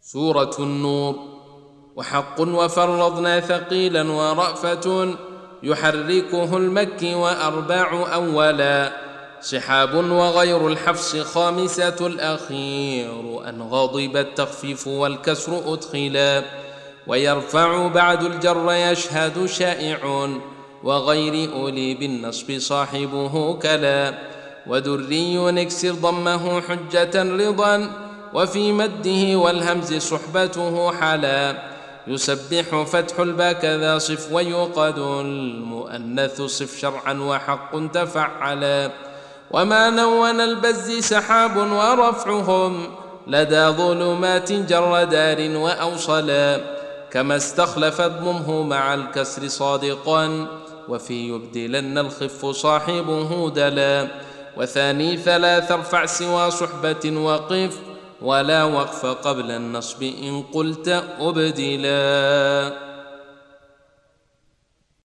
سورة النور. وحق وفرضنا ثقيلا ورأفة يحركه المكي وأربع أولا سحاب وغير الحفص خامسة الأخير أن غضب التخفيف والكسر أدخلا ويرفع بعد الجر يشهد شائع وغير أولي بالنصب صاحبه كلا ودري اكسر ضمه حجة رضا وفي مده والهمز صحبته حلا يسبح فتح الباء كذا صف ويقد المؤنث صف شرعا وحق تفعلا وما نون البز سحاب ورفعهم لدى ظلمات جر دار وأوصلا كما استخلف اضممه مع الكسر صادقا وفي يبدلن الخف صاحبه دلا وثاني ثلاث ارفع سوى صحبة وقف ولا وقف قبل النصب إن قلت أبدلا.